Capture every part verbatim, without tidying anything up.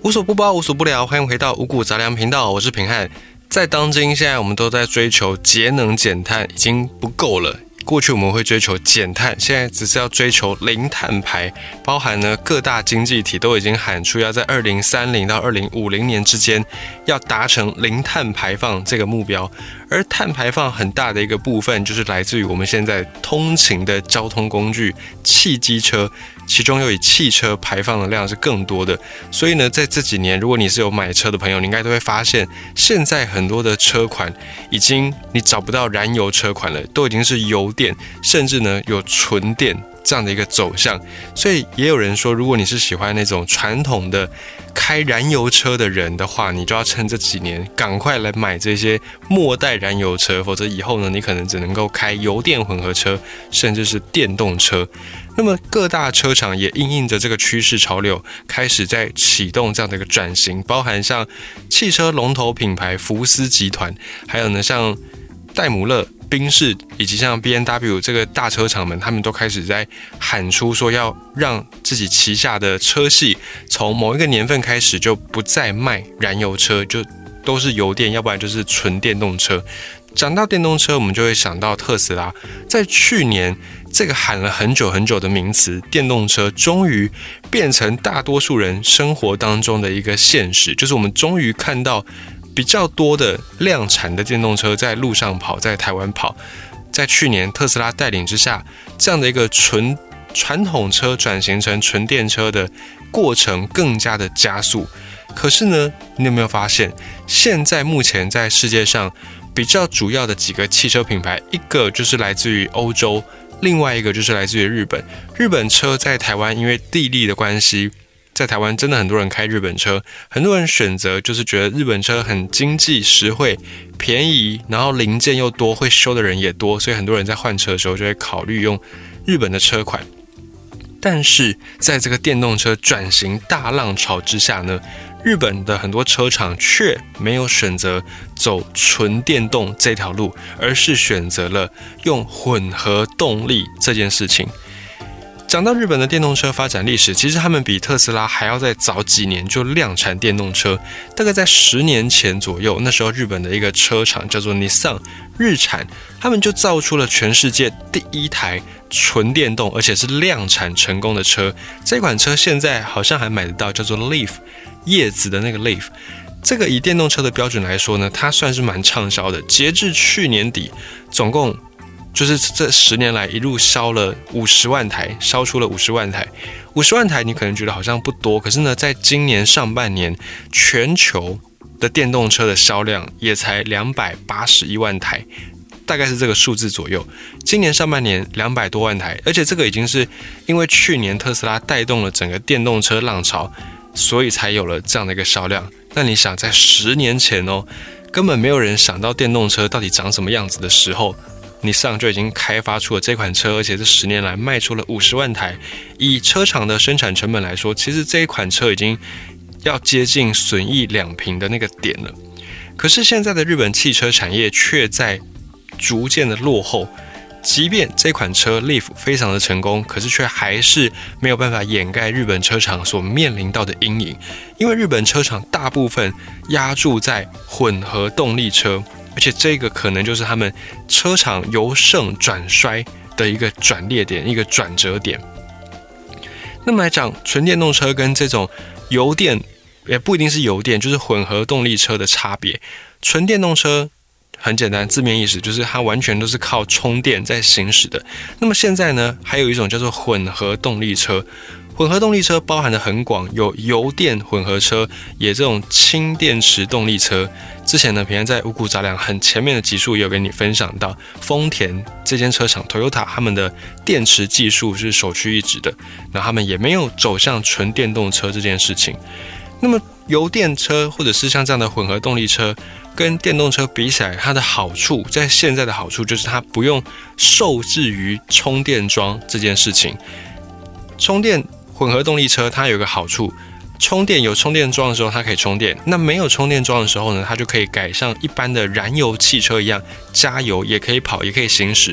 无所不包，无所不聊，欢迎回到五谷杂粮频道，我是品汉。在当今，现在我们都在追求节能减碳，已经不够了。过去我们会追求减碳，现在只是要追求零碳排，包含呢各大经济体都已经喊出要在二零三零到二零五零年之间要达成零碳排放这个目标。而碳排放很大的一个部分就是来自于我们现在通勤的交通工具汽机车，其中又以汽车排放的量是更多的。所以呢，在这几年，如果你是有买车的朋友，你应该都会发现，现在很多的车款已经你找不到燃油车款了，都已经是油电，甚至呢有纯电这样的一个走向。所以也有人说，如果你是喜欢那种传统的开燃油车的人的话，你就要趁这几年赶快来买这些末代燃油车，否则以后呢，你可能只能够开油电混合车，甚至是电动车。那么各大车厂也因应着这个趋势潮流，开始在启动这样的一个转型，包含像汽车龙头品牌福斯集团，还有呢像戴姆勒、宾士以及像 B M W 这个大车厂们，他们都开始在喊出说要让自己旗下的车系从某一个年份开始就不再卖燃油车，就都是油电，要不然就是纯电动车。讲到电动车，我们就会想到特斯拉。在去年，这个喊了很久很久的名词电动车终于变成大多数人生活当中的一个现实，就是我们终于看到比较多的量产的电动车在路上跑，在台湾跑。在去年特斯拉带领之下，这样的一个纯传统车转型成纯电车的过程更加的加速。可是呢，你有没有发现，现在目前在世界上比较主要的几个汽车品牌，一个就是来自于欧洲，另外一个就是来自于日本。日本车在台湾因为地利的关系，在台湾真的很多人开日本车，很多人选择就是觉得日本车很经济实惠、便宜，然后零件又多，会修的人也多，所以很多人在换车的时候就会考虑用日本的车款。但是在这个电动车转型大浪潮之下呢，日本的很多车厂却没有选择走纯电动这条路，而是选择了用混合动力这件事情。讲到日本的电动车发展历史，其实他们比特斯拉还要再早几年就量产电动车，大概在十年前左右，那时候日本的一个车厂叫做 Nissan 日产，他们就造出了全世界第一台纯电动而且是量产成功的车。这款车现在好像还买得到，叫做 Leaf 叶子的那个 Leaf。 这个以电动车的标准来说呢，它算是蛮畅销的，截至去年底总共就是这十年来一路烧了五十万台，烧出了五十万台。五十万台你可能觉得好像不多，可是呢，在今年上半年，全球的电动车的销量也才两百八十一万台，大概是这个数字左右。今年上半年两百多万台，而且这个已经是因为去年特斯拉带动了整个电动车浪潮，所以才有了这样的一个销量。那你想，在十年前哦，根本没有人想到电动车到底长什么样子的时候，你上就已经开发出了这款车，而且这十年来卖出了五十万台。以车厂的生产成本来说，其实这一款车已经要接近损益两平的那个点了。可是现在的日本汽车产业却在逐渐的落后，即便这款车 Leaf 非常的成功，可是却还是没有办法掩盖日本车厂所面临到的阴影，因为日本车厂大部分压注在混合动力车，而且这个可能就是他们车厂由盛转衰的一个转捩点，一个转折点。那么来讲，纯电动车跟这种油电，也不一定是油电，就是混合动力车的差别。纯电动车很简单，字面意思就是它完全都是靠充电在行驶的。那么现在呢，还有一种叫做混合动力车。混合动力车包含的很广，有油电混合车，也这种氢电池动力车。之前呢，平安在五谷杂粮很前面的集数也有跟你分享到，丰田这间车厂 Toyota 他们的电池技术是首屈一指的，那他们也没有走向纯电动车这件事情。那么油电车或者是像这样的混合动力车跟电动车比起来，它的好处，在现在的好处就是它不用受制于充电桩这件事情。充电混合动力车它有一个好处，充电有充电桩的时候它可以充电，那没有充电桩的时候呢，它就可以改像一般的燃油汽车一样，加油也可以跑，也可以行驶。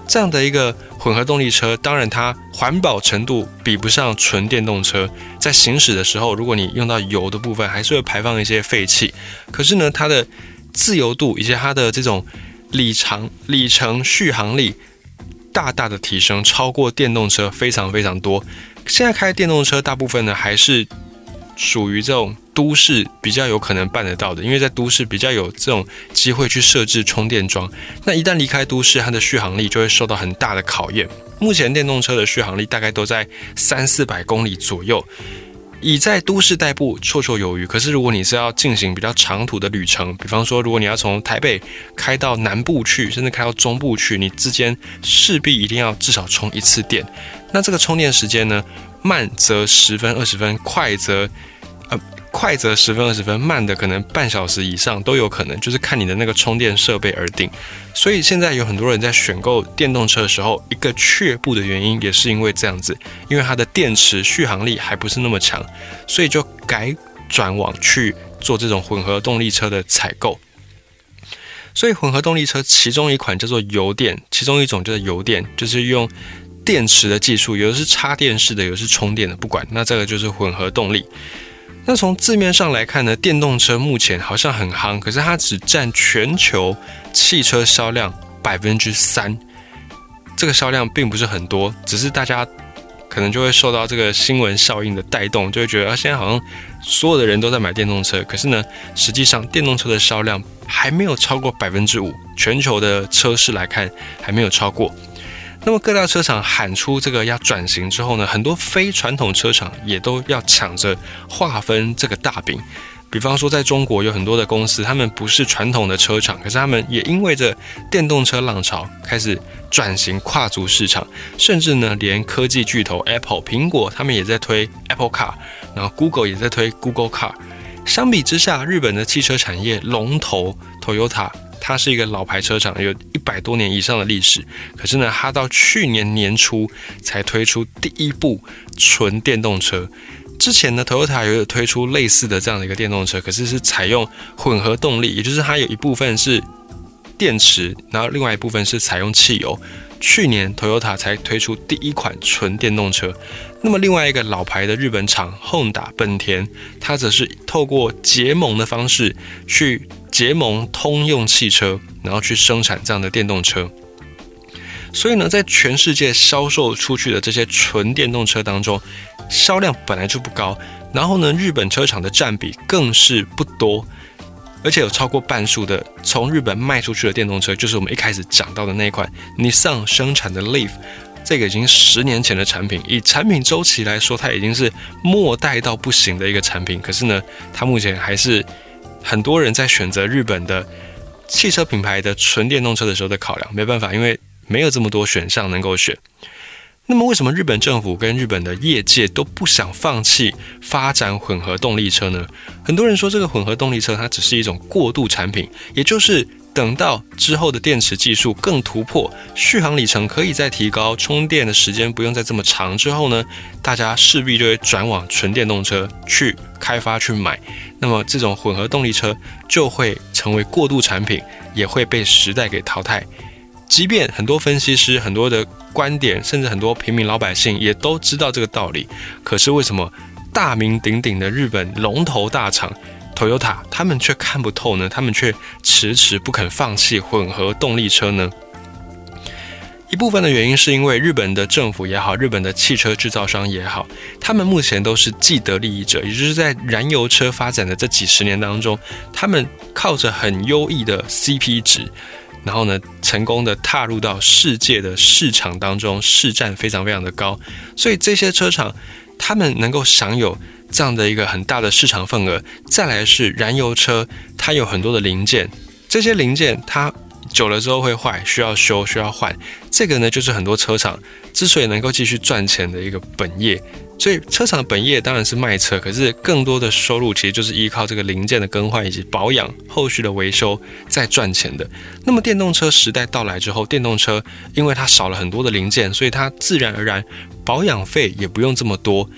这样的一个混合动力车，当然它环保程度比不上纯电动车，在行驶的时候，如果你用到油的部分，还是会排放一些废气。可是呢，它的自由度以及它的这种里程里程续航力大大的提升，超过电动车非常非常多。现在开电动车大部分呢还是属于这种都市比较有可能办得到的，因为在都市比较有这种机会去设置充电桩。那一旦离开都市，它的续航力就会受到很大的考验。目前电动车的续航力大概都在三四百公里左右，以在都市代步绰绰有余。可是如果你是要进行比较长途的旅程，比方说如果你要从台北开到南部去，甚至开到中部去，你之间势必一定要至少充一次电。那这个充电时间呢，慢则十分二十分，快则呃快则十分二十分，慢的可能半小时以上都有可能，就是看你的那个充电设备而定。所以现在有很多人在选购电动车的时候，一个却步的原因也是因为这样子，因为它的电池续航力还不是那么强，所以就改转往去做这种混合动力车的采购。所以混合动力车其中一款叫做油电，其中一种叫做油电，就是用电池的技术，有的是插电式的，有的是充电的，不管，那这个就是混合动力。那从字面上来看呢，电动车目前好像很夯，可是它只占全球汽车销量 百分之三， 这个销量并不是很多，只是大家可能就会受到这个新闻效应的带动，就会觉得、啊、现在好像所有的人都在买电动车，可是呢，实际上电动车的销量还没有超过 百分之五， 全球的车市来看还没有超过。那么各大车厂喊出这个要转型之后呢，很多非传统车厂也都要抢着划分这个大饼。比方说在中国有很多的公司，他们不是传统的车厂，可是他们也因为着电动车浪潮开始转型跨足市场，甚至呢连科技巨头 Apple 苹果他们也在推 Apple Car， 然后 Google 也在推 Google Car。 相比之下，日本的汽车产业龙头 Toyota，它是一个老牌车厂，有一百多年以上的历史。可是呢，它到去年年初才推出第一部纯电动车。之前呢 ，Toyota 有推出类似的这样的一个电动车，可是是采用混合动力，也就是它有一部分是电池，然后另外一部分是采用汽油。去年 Toyota 才推出第一款纯电动车。那么另外一个老牌的日本厂 Honda 本田，它则是透过结盟的方式去结盟通用汽车，然后去生产这样的电动车。所以呢，在全世界销售出去的这些纯电动车当中，销量本来就不高，然后呢，日本车厂的占比更是不多，而且有超过半数的从日本卖出去的电动车，就是我们一开始讲到的那一款 Nissan 生产的 Leaf， 这个已经十年前的产品，以产品周期来说，它已经是末代到不行的一个产品。可是呢，它目前还是很多人在选择日本的汽车品牌的纯电动车的时候的考量，没办法，因为没有这么多选项能够选。那么为什么日本政府跟日本的业界都不想放弃发展混合动力车呢？很多人说这个混合动力车它只是一种过渡产品，也就是等到之后的电池技术更突破，续航里程可以再提高，充电的时间不用再这么长之后呢，大家势必就会转往纯电动车去开发去买。那么这种混合动力车就会成为过渡产品，也会被时代给淘汰。即便很多分析师、很多的观点，甚至很多平民老百姓也都知道这个道理，可是为什么大名鼎鼎的日本龙头大厂 Toyota 他们却看不透呢？他们却迟迟不肯放弃混合动力车呢？一部分的原因是因为日本的政府也好，日本的汽车制造商也好，他们目前都是既得利益者，也就是在燃油车发展的这几十年当中，他们靠着很优异的 C P 值，然后呢，成功的踏入到世界的市场当中，市占非常非常的高，所以这些车厂他们能够享有这样的一个很大的市场份额。再来是燃油车，它有很多的零件，这些零件它久了之后会坏，需要修，需要换。这个呢，就是很多车厂之所以能够继续赚钱的一个本业。所以车厂的本业当然是卖车，可是更多的收入其实就是依靠这个零件的更换以及保养、后续的维修在赚钱的。那么电动车时代到来之后，电动车因为它少了很多的零件，所以它自然而然保养费也不用这么多。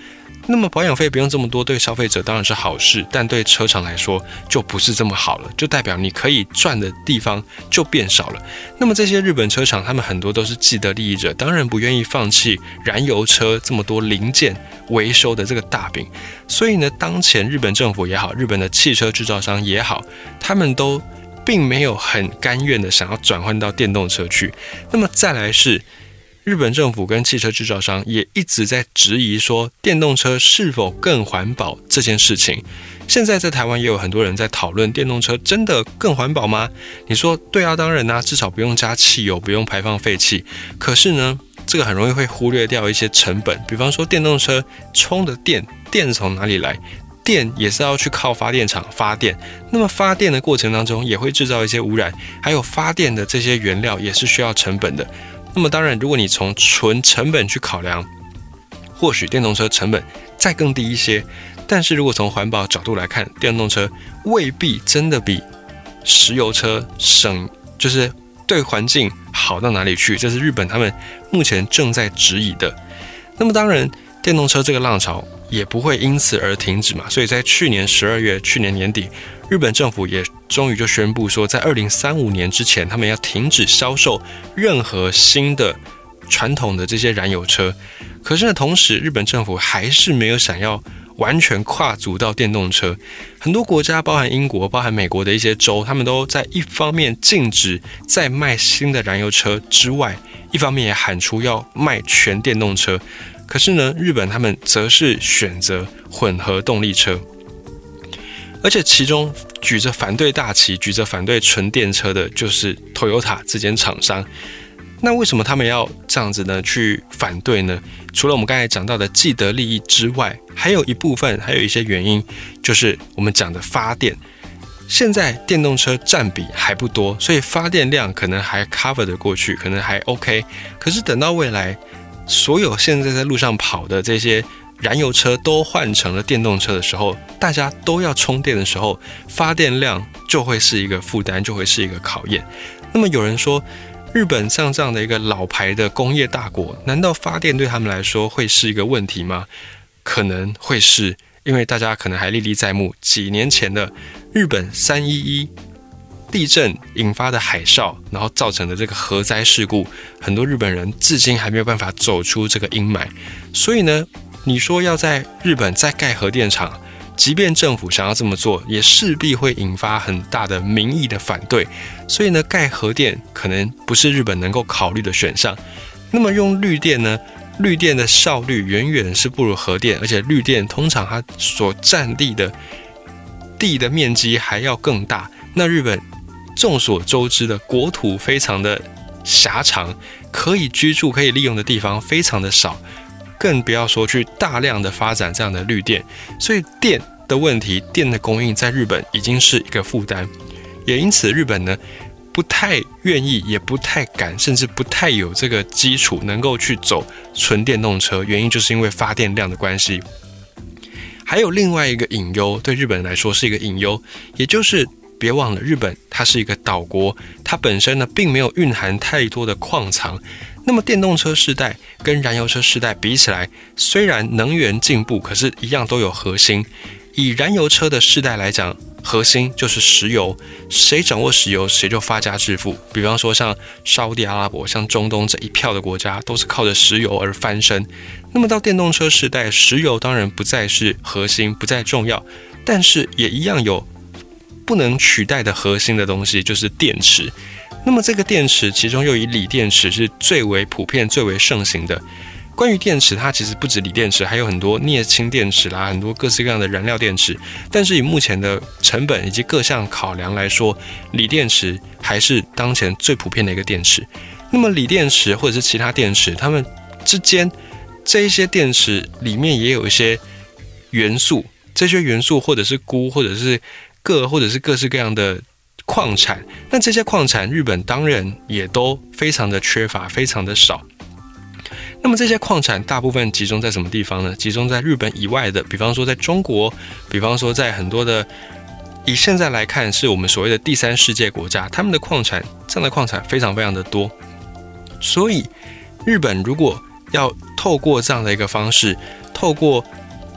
那么保养费不用这么多，对消费者当然是好事，但对车厂来说就不是这么好了，就代表你可以赚的地方就变少了。那么这些日本车厂，他们很多都是既得利益者，当然不愿意放弃燃油车这么多零件维修的这个大饼。所以呢，当前日本政府也好，日本的汽车制造商也好，他们都并没有很甘愿的想要转换到电动车去。那么再来是日本政府跟汽车制造商也一直在质疑说电动车是否更环保这件事情。现在在台湾也有很多人在讨论电动车真的更环保吗？你说对啊，当然啊，至少不用加汽油，不用排放废气。可是呢，这个很容易会忽略掉一些成本，比方说电动车充的电，电从哪里来？电也是要去靠发电厂发电，那么发电的过程当中也会制造一些污染，还有发电的这些原料也是需要成本的。那么当然，如果你从纯成本去考量，或许电动车成本再更低一些，但是如果从环保角度来看，电动车未必真的比石油车省，就是对环境好到哪里去，这是日本他们目前正在质疑的。那么当然，电动车这个浪潮也不会因此而停止嘛，所以在去年十二月，去年年底，日本政府也终于就宣布说，在二零三五年之前，他们要停止销售任何新的传统的这些燃油车。可是呢，同时日本政府还是没有想要完全跨足到电动车。很多国家，包含英国、包含美国的一些州，他们都在一方面禁止再卖新的燃油车之外，一方面也喊出要卖全电动车。可是呢，日本他们则是选择混合动力车，而且其中举着反对大旗、举着反对纯电车的，就是 Toyota 这间厂商。那为什么他们要这样子呢？去反对呢？除了我们刚才讲到的既得利益之外，还有一部分，还有一些原因，就是我们讲的发电。现在电动车占比还不多，所以发电量可能还 cover 得过去，可能还 OK。可是等到未来，所有现在在路上跑的这些燃油车都换成了电动车的时候，大家都要充电的时候，发电量就会是一个负担，就会是一个考验。那么有人说，日本像这样的一个老牌的工业大国，难道发电对他们来说会是一个问题吗？可能会是，因为大家可能还历历在目，几年前的日本三一一地震引发的海啸，然后造成的这个核灾事故，很多日本人至今还没有办法走出这个阴霾。所以呢，你说要在日本再盖核电厂，即便政府想要这么做，也势必会引发很大的民意的反对。所以呢，盖核电可能不是日本能够考虑的选项。那么用绿电呢？绿电的效率远远是不如核电，而且绿电通常它所占地的地的面积还要更大。那日本众所周知的国土非常的狭长，可以居住可以利用的地方非常的少，更不要说去大量的发展这样的绿电。所以电的问题，电的供应在日本已经是一个负担，也因此日本呢不太愿意，也不太敢，甚至不太有这个基础能够去走纯电动车，原因就是因为发电量的关系。还有另外一个隐忧，对日本人来说是一个隐忧，也就是别忘了，日本它是一个岛国，它本身呢并没有蕴含太多的矿藏。那么电动车世代跟燃油车世代比起来，虽然能源进步，可是一样都有核心。以燃油车的世代来讲，核心就是石油，谁掌握石油，谁就发家致富。比方说像沙烏地阿拉伯、像中东这一票的国家，都是靠着石油而翻身。那么到电动车时代，石油当然不再是核心，不再重要，但是也一样有不能取代的核心的东西，就是电池。那么这个电池，其中又以锂电池是最为普遍、最为盛行的。关于电池，它其实不止锂电池，还有很多镍氢电池啦，很多各式各样的燃料电池。但是以目前的成本以及各项考量来说，锂电池还是当前最普遍的一个电池。那么锂电池或者是其他电池，它们之间这一些电池里面也有一些元素，这些元素或者是钴，或者是铬，或者是各式各样的矿产。那这些矿产，日本当然也都非常的缺乏，非常的少。那么这些矿产大部分集中在什么地方呢？集中在日本以外的，比方说在中国，比方说在很多的，以现在来看是我们所谓的第三世界国家，他们的矿产，这样的矿产非常非常的多。所以日本如果要透过这样的一个方式，透过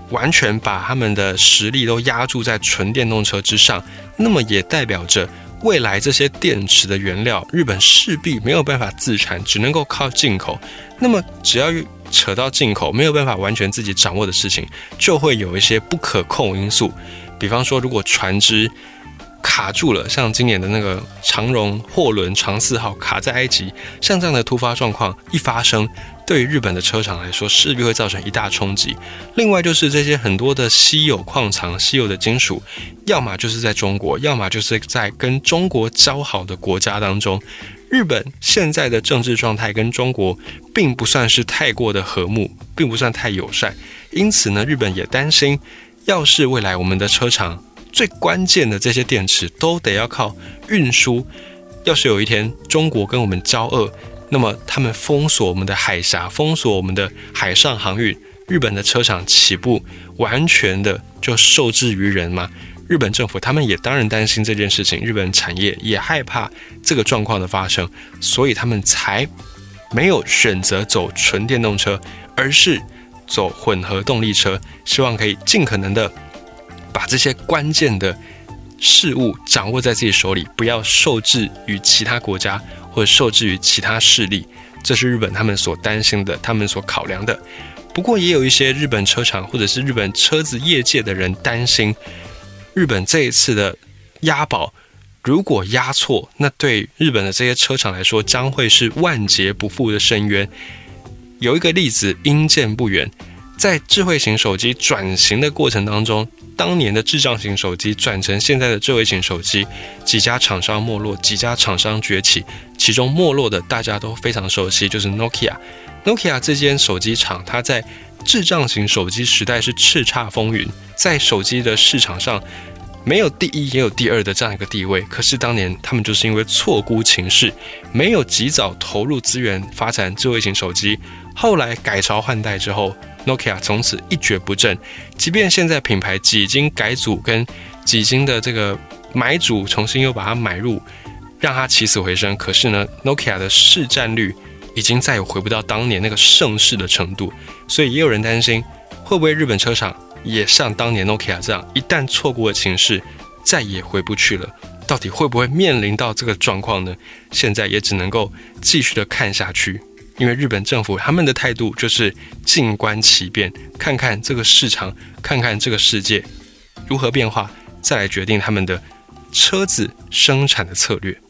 完全把他们的实力都压注在纯电动车之上，那么也代表着未来这些电池的原料，日本势必没有办法自产，只能够靠进口。那么只要扯到进口，没有办法完全自己掌握的事情，就会有一些不可控因素。比方说，如果船只卡住了，像今年的那个长荣货轮长四号卡在埃及，像这样的突发状况一发生，对于日本的车厂来说势必会造成一大冲击。另外就是这些很多的稀有矿藏、稀有的金属，要么就是在中国，要么就是在跟中国交好的国家当中。日本现在的政治状态跟中国并不算是太过的和睦，并不算太友善，因此呢，日本也担心，要是未来我们的车厂最关键的这些电池都得要靠运输，要是有一天中国跟我们交恶，那么他们封锁我们的海峡，封锁我们的海上航运，日本的车厂起步完全的就受制于人嘛。日本政府他们也当然担心这件事情，日本产业也害怕这个状况的发生，所以他们才没有选择走纯电动车，而是走混合动力车，希望可以尽可能的把这些关键的事物掌握在自己手里，不要受制于其他国家或者受制于其他势力，这是日本他们所担心的，他们所考量的。不过也有一些日本车厂或者是日本车子业界的人担心，日本这一次的押宝如果押错，那对日本的这些车厂来说将会是万劫不复的深渊。有一个例子因见不远，在智慧型手机转型的过程当中，当年的智障型手机转成现在的智慧型手机，几家厂商没落，几家厂商崛起，其中没落的大家都非常熟悉，就是 Nokia。Nokia 这间手机厂，它在智障型手机时代是叱咤风云，在手机的市场上没有第一也有第二的这样一个地位。可是当年他们就是因为错估情势，没有及早投入资源发展智慧型手机，后来改朝换代之后， Nokia 从此一蹶不振。即便现在品牌几经改组跟几经的这个买主重新又把它买入，让它起死回生，可是呢 Nokia 的市占率已经再也回不到当年那个盛世的程度。所以也有人担心，会不会日本车厂也像当年 Nokia 这样，一旦错过了情势再也回不去了？到底会不会面临到这个状况呢？现在也只能够继续的看下去，因为日本政府他们的态度就是静观其变，看看这个市场，看看这个世界如何变化，再来决定他们的车子生产的策略。